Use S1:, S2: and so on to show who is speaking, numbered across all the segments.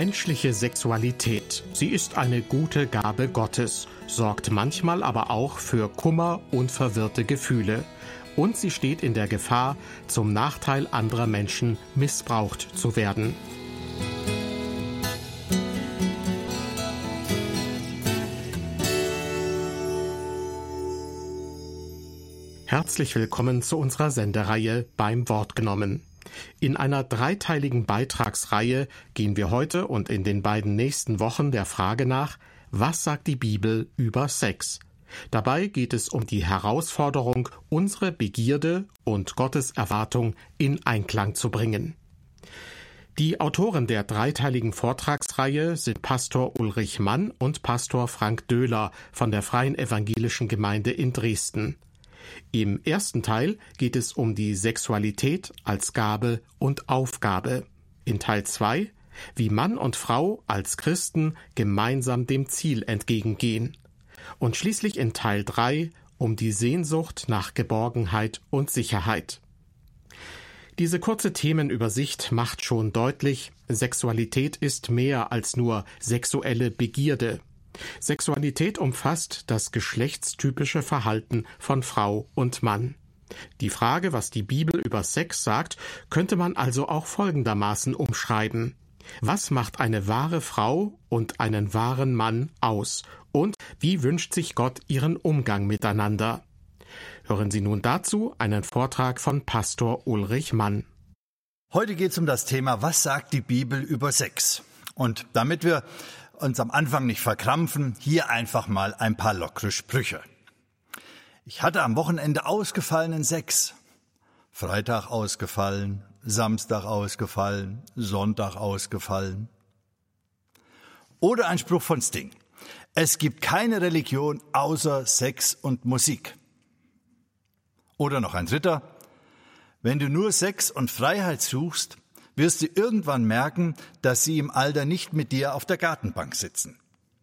S1: Menschliche Sexualität. Sie ist eine gute Gabe Gottes, sorgt manchmal aber auch für Kummer und verwirrte Gefühle. Und sie steht in der Gefahr, zum Nachteil anderer Menschen missbraucht zu werden. Herzlich willkommen zu unserer Sendereihe Beim Wort genommen. In einer dreiteiligen Beitragsreihe gehen wir heute und in den beiden nächsten Wochen der Frage nach, was sagt die Bibel über Sex? Dabei geht es um die Herausforderung, unsere Begierde und Gottes Erwartung in Einklang zu bringen. Die Autoren der dreiteiligen Vortragsreihe sind Pastor Ulrich Mann und Pastor Frank Döhler von der Freien Evangelischen Gemeinde in Dresden. Im ersten Teil geht es um die Sexualität als Gabe und Aufgabe. In Teil 2, wie Mann und Frau als Christen gemeinsam dem Ziel entgegengehen. Und schließlich in Teil 3 um die Sehnsucht nach Geborgenheit und Sicherheit. Diese kurze Themenübersicht macht schon deutlich, Sexualität ist mehr als nur sexuelle Begierde. Sexualität umfasst das geschlechtstypische Verhalten von Frau und Mann. Die Frage, was die Bibel über Sex sagt, könnte man also auch folgendermaßen umschreiben. Was macht eine wahre Frau und einen wahren Mann aus? Und wie wünscht sich Gott ihren Umgang miteinander? Hören Sie nun dazu einen Vortrag von Pastor Ulrich Mann.
S2: Heute geht es um das Thema, was sagt die Bibel über Sex? Und damit wir uns am Anfang nicht verkrampfen, hier einfach mal ein paar lockere Sprüche. Ich hatte am Wochenende ausgefallenen Sex. Freitag ausgefallen, Samstag ausgefallen, Sonntag ausgefallen. Oder ein Spruch von Sting. Es gibt keine Religion außer Sex und Musik. Oder noch ein dritter. Wenn du nur Sex und Freiheit suchst, wirst du irgendwann merken, dass sie im Alter nicht mit dir auf der Gartenbank sitzen.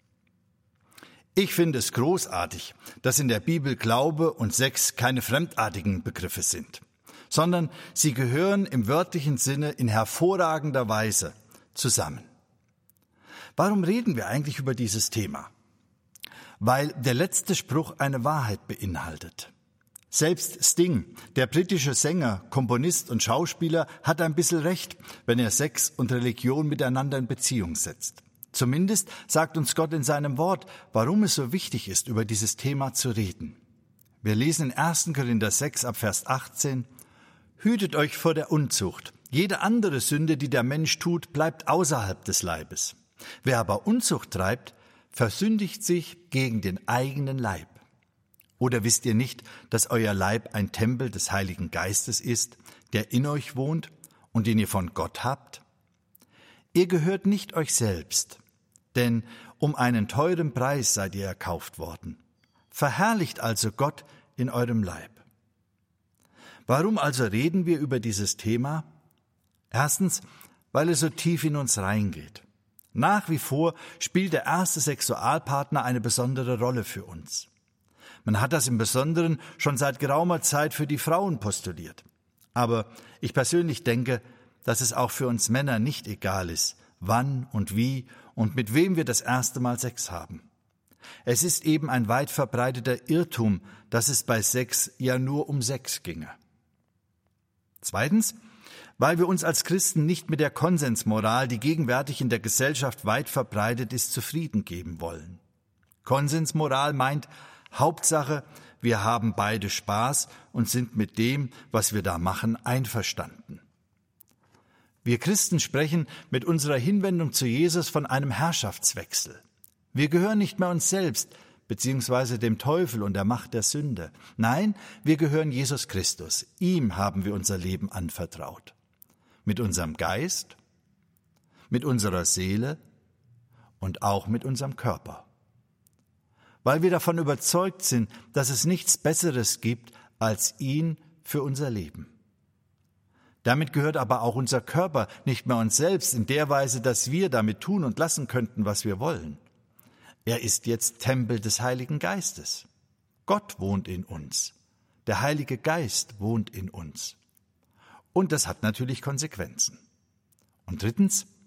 S2: Ich finde es großartig, dass in der Bibel Glaube und Sex keine fremdartigen Begriffe sind, sondern sie gehören im wörtlichen Sinne in hervorragender Weise zusammen. Warum reden wir eigentlich über dieses Thema? Weil der letzte Spruch eine Wahrheit beinhaltet. Selbst Sting, der britische Sänger, Komponist und Schauspieler, hat ein bisschen recht, wenn er Sex und Religion miteinander in Beziehung setzt. Zumindest sagt uns Gott in seinem Wort, warum es so wichtig ist, über dieses Thema zu reden. Wir lesen in 1. Korinther 6 ab Vers 18, Hütet euch vor der Unzucht. Jede andere Sünde, die der Mensch tut, bleibt außerhalb des Leibes. Wer aber Unzucht treibt, versündigt sich gegen den eigenen Leib. Oder wisst ihr nicht, dass euer Leib ein Tempel des Heiligen Geistes ist, der in euch wohnt und den ihr von Gott habt? Ihr gehört nicht euch selbst, denn um einen teuren Preis seid ihr erkauft worden. Verherrlicht also Gott in eurem Leib. Warum also reden wir über dieses Thema? Erstens, weil es so tief in uns reingeht. Nach wie vor spielt der erste Sexualpartner eine besondere Rolle für uns. Man hat das im Besonderen schon seit geraumer Zeit für die Frauen postuliert. Aber ich persönlich denke, dass es auch für uns Männer nicht egal ist, wann und wie und mit wem wir das erste Mal Sex haben. Es ist eben ein weit verbreiteter Irrtum, dass es bei Sex ja nur um Sex ginge. Zweitens, weil wir uns als Christen nicht mit der Konsensmoral, die gegenwärtig in der Gesellschaft weit verbreitet ist, zufrieden geben wollen. Konsensmoral meint, Hauptsache, wir haben beide Spaß und sind mit dem, was wir da machen, einverstanden. Wir Christen sprechen mit unserer Hinwendung zu Jesus von einem Herrschaftswechsel. Wir gehören nicht mehr uns selbst, beziehungsweise dem Teufel und der Macht der Sünde. Nein, wir gehören Jesus Christus. Ihm haben wir unser Leben anvertraut. Mit unserem Geist, mit unserer Seele und auch mit unserem Körper. Weil wir davon überzeugt sind, dass es nichts Besseres gibt als ihn für unser Leben. Damit gehört aber auch unser Körper nicht mehr uns selbst in der Weise, dass wir damit tun und lassen könnten, was wir wollen. Er ist jetzt Tempel des Heiligen Geistes. Gott wohnt in uns. Der Heilige Geist wohnt in uns. Und das hat natürlich Konsequenzen. Und drittens,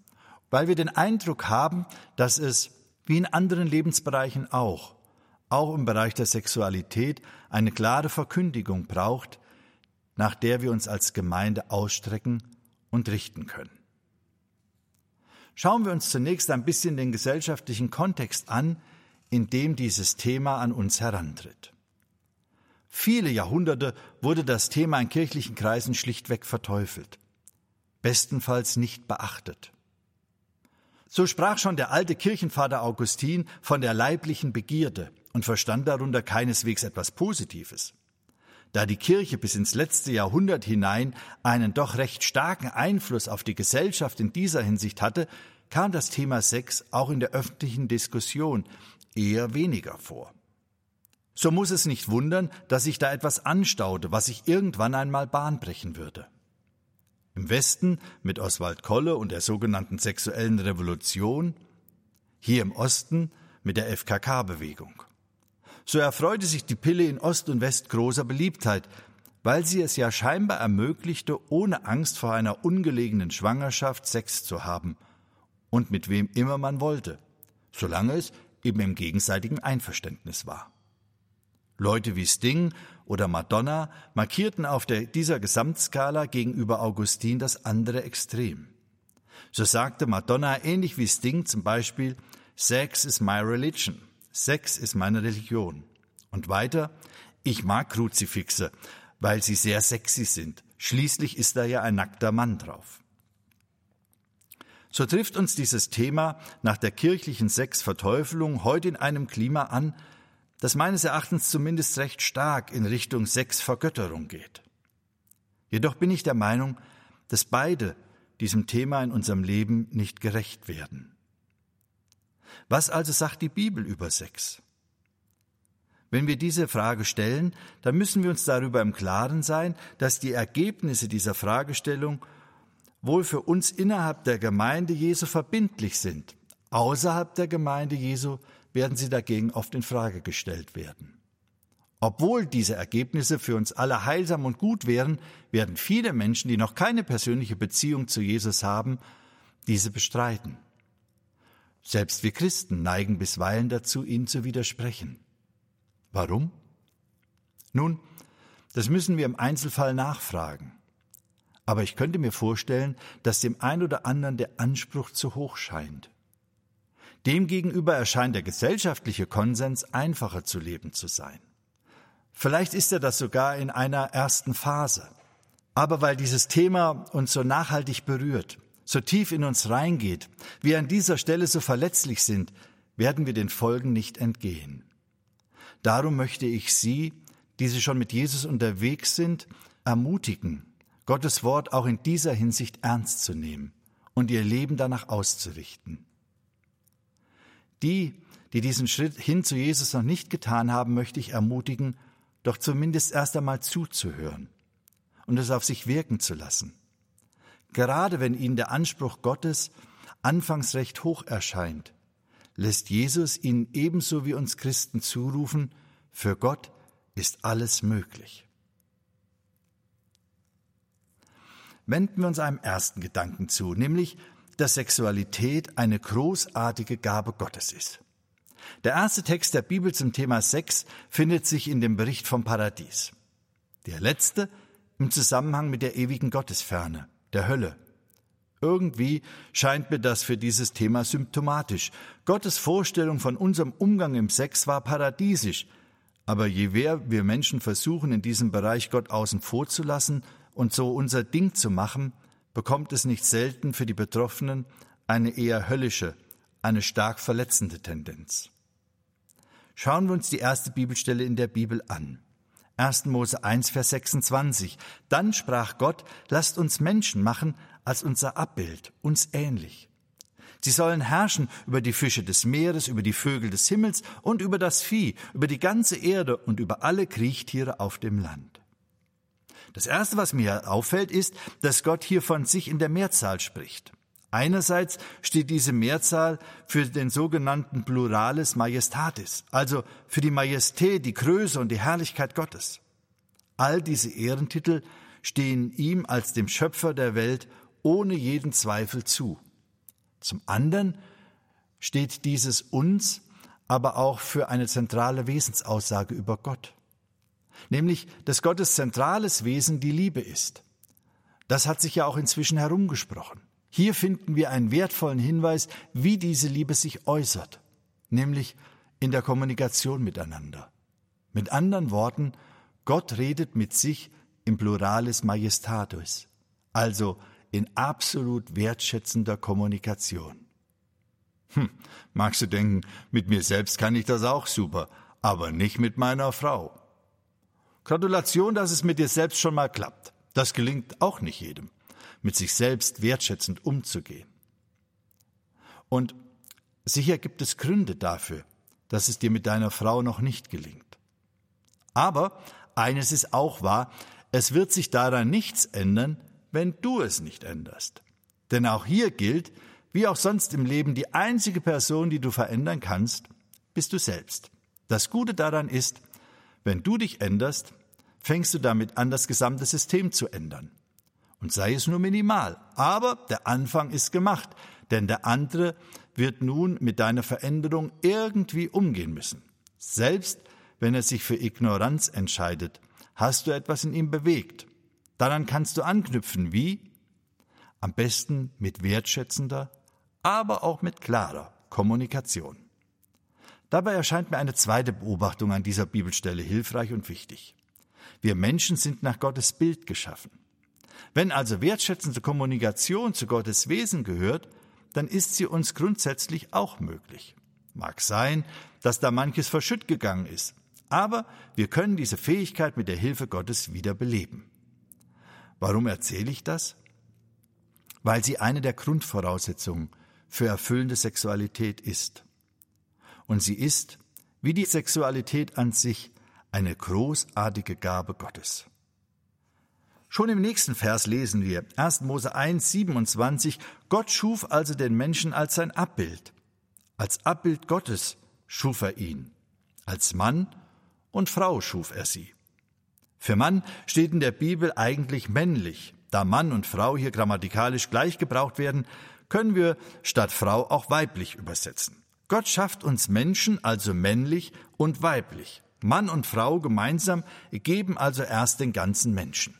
S2: weil wir den Eindruck haben, dass es, wie in anderen Lebensbereichen auch im Bereich der Sexualität, eine klare Verkündigung braucht, nach der wir uns als Gemeinde ausstrecken und richten können. Schauen wir uns zunächst ein bisschen den gesellschaftlichen Kontext an, in dem dieses Thema an uns herantritt. Viele Jahrhunderte wurde das Thema in kirchlichen Kreisen schlichtweg verteufelt, bestenfalls nicht beachtet. So sprach schon der alte Kirchenvater Augustin von der leiblichen Begierde und verstand darunter keineswegs etwas Positives. Da die Kirche bis ins letzte Jahrhundert hinein einen doch recht starken Einfluss auf die Gesellschaft in dieser Hinsicht hatte, kam das Thema Sex auch in der öffentlichen Diskussion eher weniger vor. So muss es nicht wundern, dass sich da etwas anstaute, was sich irgendwann einmal Bahn brechen würde. Im Westen mit Oswald Kolle und der sogenannten sexuellen Revolution, hier im Osten mit der FKK-Bewegung. So erfreute sich die Pille in Ost und West großer Beliebtheit, weil sie es ja scheinbar ermöglichte, ohne Angst vor einer ungelegenen Schwangerschaft Sex zu haben und mit wem immer man wollte, solange es eben im gegenseitigen Einverständnis war. Leute wie Sting oder Madonna markierten auf dieser Gesamtskala gegenüber Augustin das andere Extrem. So sagte Madonna ähnlich wie Sting zum Beispiel: Sex is my religion, Sex ist meine Religion. Und weiter: Ich mag Kruzifixe, weil sie sehr sexy sind. Schließlich ist da ja ein nackter Mann drauf. So trifft uns dieses Thema nach der kirchlichen Sexverteufelung heute in einem Klima an, das meines Erachtens zumindest recht stark in Richtung Sexvergötterung geht. Jedoch bin ich der Meinung, dass beide diesem Thema in unserem Leben nicht gerecht werden. Was also sagt die Bibel über Sex? Wenn wir diese Frage stellen, dann müssen wir uns darüber im Klaren sein, dass die Ergebnisse dieser Fragestellung wohl für uns innerhalb der Gemeinde Jesu verbindlich sind. Außerhalb der Gemeinde Jesu werden sie dagegen oft in Frage gestellt werden. Obwohl diese Ergebnisse für uns alle heilsam und gut wären, werden viele Menschen, die noch keine persönliche Beziehung zu Jesus haben, diese bestreiten. Selbst wir Christen neigen bisweilen dazu, ihnen zu widersprechen. Warum? Nun, das müssen wir im Einzelfall nachfragen. Aber ich könnte mir vorstellen, dass dem einen oder anderen der Anspruch zu hoch scheint. Demgegenüber erscheint der gesellschaftliche Konsens, einfacher zu leben zu sein. Vielleicht ist er das sogar in einer ersten Phase. Aber weil dieses Thema uns so nachhaltig berührt, so tief in uns reingeht, wir an dieser Stelle so verletzlich sind, werden wir den Folgen nicht entgehen. Darum möchte ich Sie, die Sie schon mit Jesus unterwegs sind, ermutigen, Gottes Wort auch in dieser Hinsicht ernst zu nehmen und ihr Leben danach auszurichten. Die diesen Schritt hin zu Jesus noch nicht getan haben, möchte ich ermutigen, doch zumindest erst einmal zuzuhören und es auf sich wirken zu lassen. Gerade wenn ihnen der Anspruch Gottes anfangs recht hoch erscheint, lässt Jesus ihnen ebenso wie uns Christen zurufen: Für Gott ist alles möglich. Wenden wir uns einem ersten Gedanken zu, nämlich, dass Sexualität eine großartige Gabe Gottes ist. Der erste Text der Bibel zum Thema Sex findet sich in dem Bericht vom Paradies. Der letzte im Zusammenhang mit der ewigen Gottesferne, der Hölle. Irgendwie scheint mir das für dieses Thema symptomatisch. Gottes Vorstellung von unserem Umgang im Sex war paradiesisch, aber je mehr wir Menschen versuchen, in diesem Bereich Gott außen vor zu lassen und so unser Ding zu machen, bekommt es nicht selten für die Betroffenen eine eher höllische, eine stark verletzende Tendenz. Schauen wir uns die erste Bibelstelle in der Bibel an. 1. Mose 1, Vers 26. Dann sprach Gott: Lasst uns Menschen machen als unser Abbild, uns ähnlich. Sie sollen herrschen über die Fische des Meeres, über die Vögel des Himmels und über das Vieh, über die ganze Erde und über alle Kriechtiere auf dem Land. Das Erste, was mir auffällt, ist, dass Gott hier von sich in der Mehrzahl spricht. Einerseits steht diese Mehrzahl für den sogenannten Pluralis Majestatis, also für die Majestät, die Größe und die Herrlichkeit Gottes. All diese Ehrentitel stehen ihm als dem Schöpfer der Welt ohne jeden Zweifel zu. Zum anderen steht dieses uns aber auch für eine zentrale Wesensaussage über Gott, nämlich, dass Gottes zentrales Wesen die Liebe ist. Das hat sich ja auch inzwischen herumgesprochen. Hier finden wir einen wertvollen Hinweis, wie diese Liebe sich äußert, nämlich in der Kommunikation miteinander. Mit anderen Worten, Gott redet mit sich im Pluralis Majestatis, also in absolut wertschätzender Kommunikation. Magst du denken, mit mir selbst kann ich das auch super, aber nicht mit meiner Frau. Gratulation, dass es mit dir selbst schon mal klappt. Das gelingt auch nicht jedem, mit sich selbst wertschätzend umzugehen. Und sicher gibt es Gründe dafür, dass es dir mit deiner Frau noch nicht gelingt. Aber eines ist auch wahr, es wird sich daran nichts ändern, wenn du es nicht änderst. Denn auch hier gilt, wie auch sonst im Leben, die einzige Person, die du verändern kannst, bist du selbst. Das Gute daran ist, wenn du dich änderst, fängst du damit an, das gesamte System zu ändern. Und sei es nur minimal. Aber der Anfang ist gemacht, denn der andere wird nun mit deiner Veränderung irgendwie umgehen müssen. Selbst wenn er sich für Ignoranz entscheidet, hast du etwas in ihm bewegt. Daran kannst du anknüpfen, wie? Am besten mit wertschätzender, aber auch mit klarer Kommunikation. Dabei erscheint mir eine zweite Beobachtung an dieser Bibelstelle hilfreich und wichtig. Wir Menschen sind nach Gottes Bild geschaffen. Wenn also wertschätzende Kommunikation zu Gottes Wesen gehört, dann ist sie uns grundsätzlich auch möglich. Mag sein, dass da manches verschütt gegangen ist, aber wir können diese Fähigkeit mit der Hilfe Gottes wieder beleben. Warum erzähle ich das? Weil sie eine der Grundvoraussetzungen für erfüllende Sexualität ist. Und sie ist, wie die Sexualität an sich, eine großartige Gabe Gottes. Schon im nächsten Vers lesen wir, 1. Mose 1, 27, Gott schuf also den Menschen als sein Abbild. Als Abbild Gottes schuf er ihn. Als Mann und Frau schuf er sie. Für Mann steht in der Bibel eigentlich männlich. Da Mann und Frau hier grammatikalisch gleich gebraucht werden, können wir statt Frau auch weiblich übersetzen. Gott schafft uns Menschen also männlich und weiblich. Mann und Frau gemeinsam ergeben also erst den ganzen Menschen.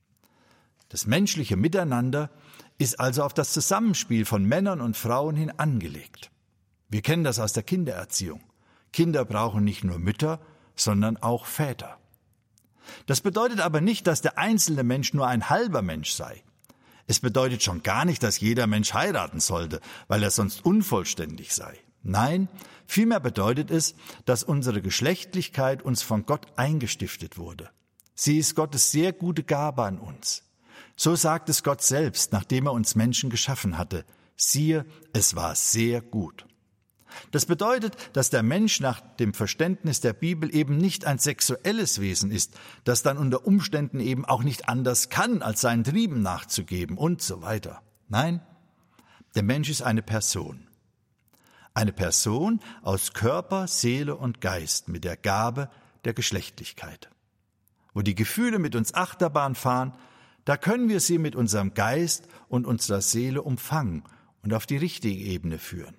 S2: Das menschliche Miteinander ist also auf das Zusammenspiel von Männern und Frauen hin angelegt. Wir kennen das aus der Kindererziehung. Kinder brauchen nicht nur Mütter, sondern auch Väter. Das bedeutet aber nicht, dass der einzelne Mensch nur ein halber Mensch sei. Es bedeutet schon gar nicht, dass jeder Mensch heiraten sollte, weil er sonst unvollständig sei. Nein, vielmehr bedeutet es, dass unsere Geschlechtlichkeit uns von Gott eingestiftet wurde. Sie ist Gottes sehr gute Gabe an uns. So sagt es Gott selbst, nachdem er uns Menschen geschaffen hatte. Siehe, es war sehr gut. Das bedeutet, dass der Mensch nach dem Verständnis der Bibel eben nicht ein sexuelles Wesen ist, das dann unter Umständen eben auch nicht anders kann, als seinen Trieben nachzugeben und so weiter. Nein, der Mensch ist eine Person. Eine Person aus Körper, Seele und Geist mit der Gabe der Geschlechtlichkeit. Wo die Gefühle mit uns Achterbahn fahren, da können wir sie mit unserem Geist und unserer Seele umfangen und auf die richtige Ebene führen.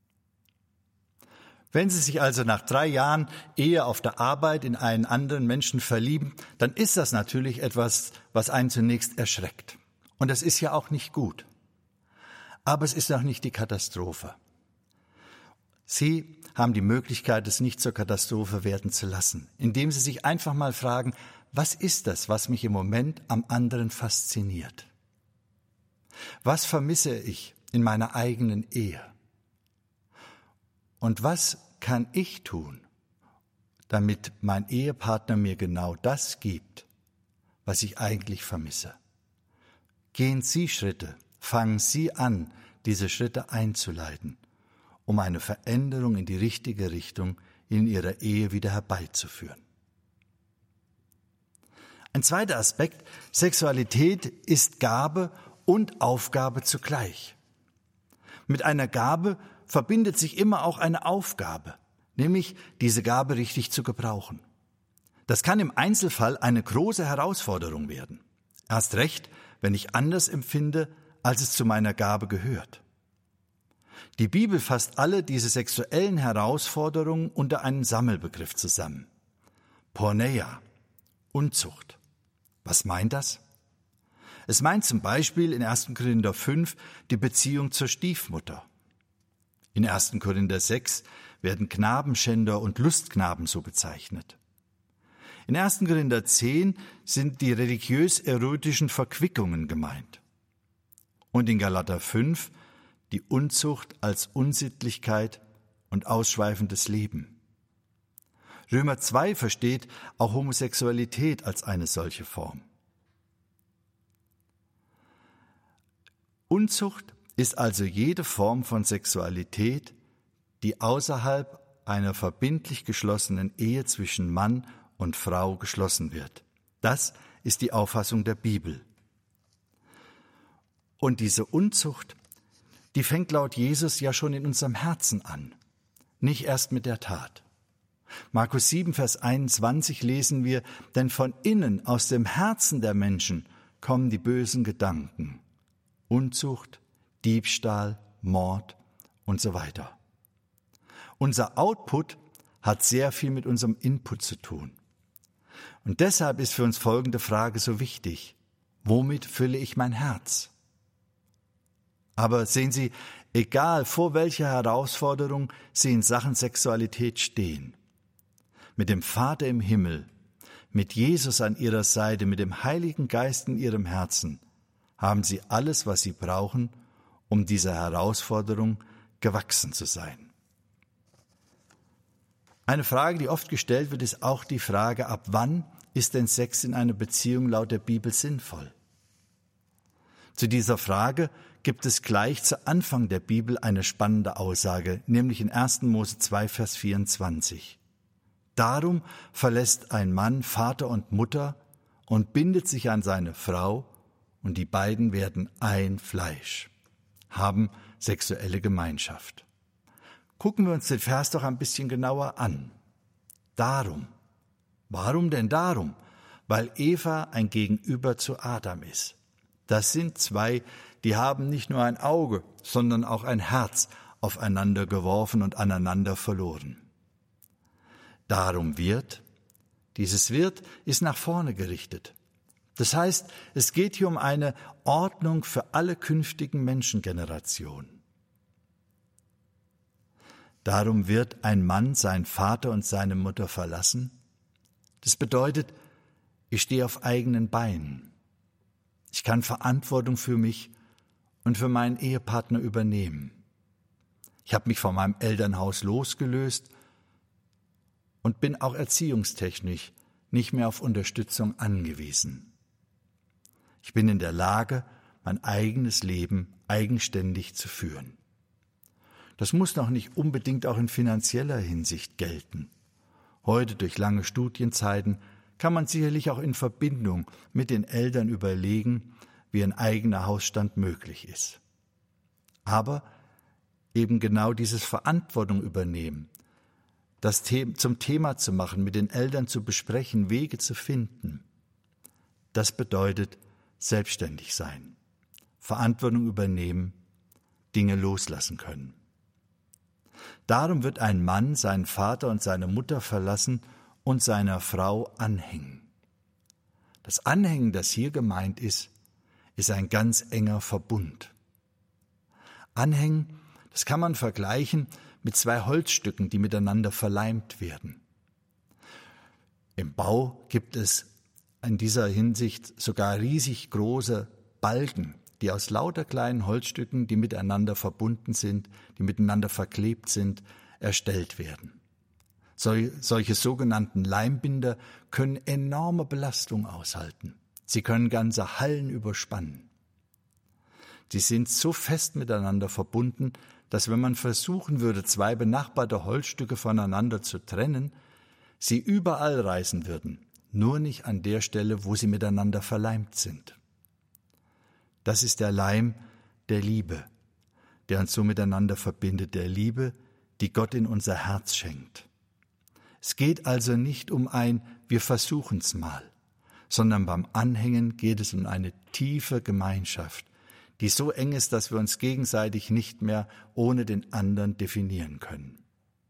S2: Wenn Sie sich also nach 3 Jahren Ehe auf der Arbeit in einen anderen Menschen verlieben, dann ist das natürlich etwas, was einen zunächst erschreckt. Und das ist ja auch nicht gut. Aber es ist noch nicht die Katastrophe. Sie haben die Möglichkeit, es nicht zur Katastrophe werden zu lassen, indem Sie sich einfach mal fragen, was ist das, was mich im Moment am anderen fasziniert? Was vermisse ich in meiner eigenen Ehe? Und was kann ich tun, damit mein Ehepartner mir genau das gibt, was ich eigentlich vermisse? Gehen Sie Schritte, fangen Sie an, diese Schritte einzuleiten, um eine Veränderung in die richtige Richtung in Ihrer Ehe wieder herbeizuführen. Ein zweiter Aspekt, Sexualität ist Gabe und Aufgabe zugleich. Mit einer Gabe verbindet sich immer auch eine Aufgabe, nämlich diese Gabe richtig zu gebrauchen. Das kann im Einzelfall eine große Herausforderung werden. Erst recht, wenn ich anders empfinde, als es zu meiner Gabe gehört. Die Bibel fasst alle diese sexuellen Herausforderungen unter einen Sammelbegriff zusammen. Porneia, Unzucht. Was meint das? Es meint zum Beispiel in 1. Korinther 5 die Beziehung zur Stiefmutter. In 1. Korinther 6 werden Knabenschänder und Lustknaben so bezeichnet. In 1. Korinther 10 sind die religiös-erotischen Verquickungen gemeint. Und in Galater 5 die Unzucht als Unsittlichkeit und ausschweifendes Leben. Römer 2 versteht auch Homosexualität als eine solche Form. Unzucht ist also jede Form von Sexualität, die außerhalb einer verbindlich geschlossenen Ehe zwischen Mann und Frau geschlossen wird. Das ist die Auffassung der Bibel. Und diese Unzucht, die fängt laut Jesus ja schon in unserem Herzen an, nicht erst mit der Tat. Markus 7, Vers 21 lesen wir, denn von innen, aus dem Herzen der Menschen, kommen die bösen Gedanken. Unzucht, Diebstahl, Mord und so weiter. Unser Output hat sehr viel mit unserem Input zu tun. Und deshalb ist für uns folgende Frage so wichtig. Womit fülle ich mein Herz? Aber sehen Sie, egal vor welcher Herausforderung Sie in Sachen Sexualität stehen, mit dem Vater im Himmel, mit Jesus an Ihrer Seite, mit dem Heiligen Geist in Ihrem Herzen, haben Sie alles, was Sie brauchen, um dieser Herausforderung gewachsen zu sein. Eine Frage, die oft gestellt wird, ist auch die Frage, ab wann ist denn Sex in einer Beziehung laut der Bibel sinnvoll? Zu dieser Frage gibt es gleich zu Anfang der Bibel eine spannende Aussage, nämlich in 1. Mose 2, Vers 24. Darum verlässt ein Mann Vater und Mutter und bindet sich an seine Frau, und die beiden werden ein Fleisch, haben sexuelle Gemeinschaft. Gucken wir uns den Vers doch ein bisschen genauer an. Darum. Warum denn darum? Weil Eva ein Gegenüber zu Adam ist. Das sind zwei, die haben nicht nur ein Auge, sondern auch ein Herz aufeinander geworfen und aneinander verloren. Darum wird, dieses wird ist nach vorne gerichtet. Das heißt, es geht hier um eine Ordnung für alle künftigen Menschengenerationen. Darum wird ein Mann seinen Vater und seine Mutter verlassen. Das bedeutet, ich stehe auf eigenen Beinen. Ich kann Verantwortung für mich und für meinen Ehepartner übernehmen. Ich habe mich von meinem Elternhaus losgelöst und bin auch erziehungstechnisch nicht mehr auf Unterstützung angewiesen. Ich bin in der Lage, mein eigenes Leben eigenständig zu führen. Das muss noch nicht unbedingt auch in finanzieller Hinsicht gelten. Heute durch lange Studienzeiten kann man sicherlich auch in Verbindung mit den Eltern überlegen, wie ein eigener Hausstand möglich ist. Aber eben genau dieses Verantwortung übernehmen, das zum Thema zu machen, mit den Eltern zu besprechen, Wege zu finden, das bedeutet selbstständig sein, Verantwortung übernehmen, Dinge loslassen können. Darum wird ein Mann seinen Vater und seine Mutter verlassen und seiner Frau anhängen. Das Anhängen, das hier gemeint ist ein ganz enger Verbund. Anhängen, das kann man vergleichen mit zwei Holzstücken, die miteinander verleimt werden. Im Bau gibt es in dieser Hinsicht sogar riesig große Balken, die aus lauter kleinen Holzstücken, die miteinander verbunden sind, die miteinander verklebt sind, erstellt werden. Solche sogenannten Leimbinder können enorme Belastung aushalten. Sie können ganze Hallen überspannen. Sie sind so fest miteinander verbunden, dass wenn man versuchen würde, zwei benachbarte Holzstücke voneinander zu trennen, sie überall reißen würden, nur nicht an der Stelle, wo sie miteinander verleimt sind. Das ist der Leim der Liebe, der uns so miteinander verbindet, der Liebe, die Gott in unser Herz schenkt. Es geht also nicht um ein Wir versuchen's mal, sondern beim Anhängen geht es um eine tiefe Gemeinschaft, die so eng ist, dass wir uns gegenseitig nicht mehr ohne den anderen definieren können.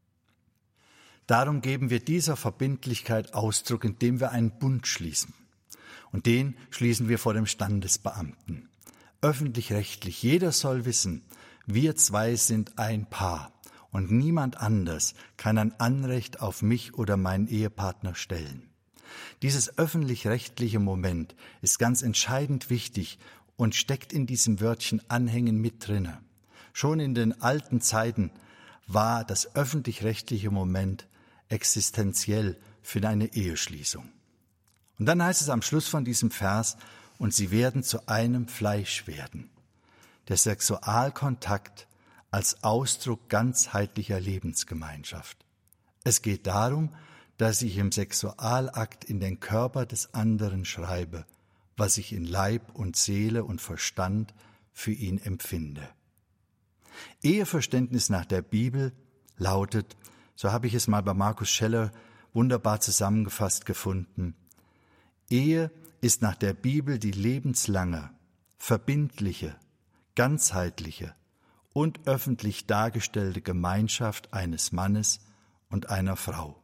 S2: Darum geben wir dieser Verbindlichkeit Ausdruck, indem wir einen Bund schließen. Und den schließen wir vor dem Standesbeamten. Öffentlich-rechtlich, jeder soll wissen, wir zwei sind ein Paar und niemand anders kann ein Anrecht auf mich oder meinen Ehepartner stellen. Dieses öffentlich-rechtliche Moment ist ganz entscheidend wichtig und steckt in diesem Wörtchen Anhängen mit drinne. Schon in den alten Zeiten war das öffentlich-rechtliche Moment existenziell für eine Eheschließung. Und dann heißt es am Schluss von diesem Vers, und sie werden zu einem Fleisch werden. Der Sexualkontakt als Ausdruck ganzheitlicher Lebensgemeinschaft. Es geht darum, dass ich im Sexualakt in den Körper des anderen schreibe, was ich in Leib und Seele und Verstand für ihn empfinde. Eheverständnis nach der Bibel lautet, so habe ich es mal bei Markus Scheller wunderbar zusammengefasst gefunden, Ehe ist nach der Bibel die lebenslange, verbindliche, ganzheitliche und öffentlich dargestellte Gemeinschaft eines Mannes und einer Frau.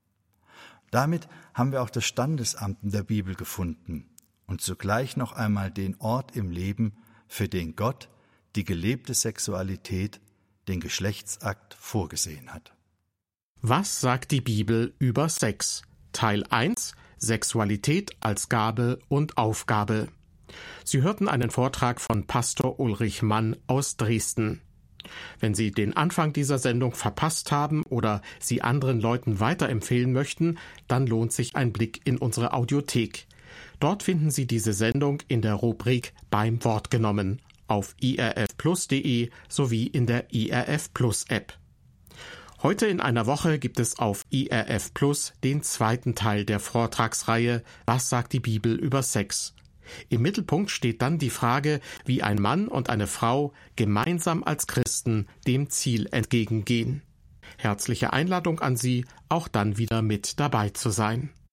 S2: Damit haben wir auch das Standesamt in der Bibel gefunden und zugleich noch einmal den Ort im Leben, für den Gott die gelebte Sexualität, den Geschlechtsakt vorgesehen hat.
S1: Was sagt die Bibel über Sex? Teil 1: Sexualität als Gabe und Aufgabe. Sie hörten einen Vortrag von Pastor Ulrich Mann aus Dresden. Wenn Sie den Anfang dieser Sendung verpasst haben oder sie anderen Leuten weiterempfehlen möchten, dann lohnt sich ein Blick in unsere Audiothek. Dort finden Sie diese Sendung in der Rubrik Beim Wort genommen auf irfplus.de sowie in der IRF Plus App. Heute in einer Woche gibt es auf IRF Plus den zweiten Teil der Vortragsreihe Was sagt die Bibel über Sex? Im Mittelpunkt steht dann die Frage, wie ein Mann und eine Frau gemeinsam als Christen dem Ziel entgegengehen. Herzliche Einladung an Sie, auch dann wieder mit dabei zu sein.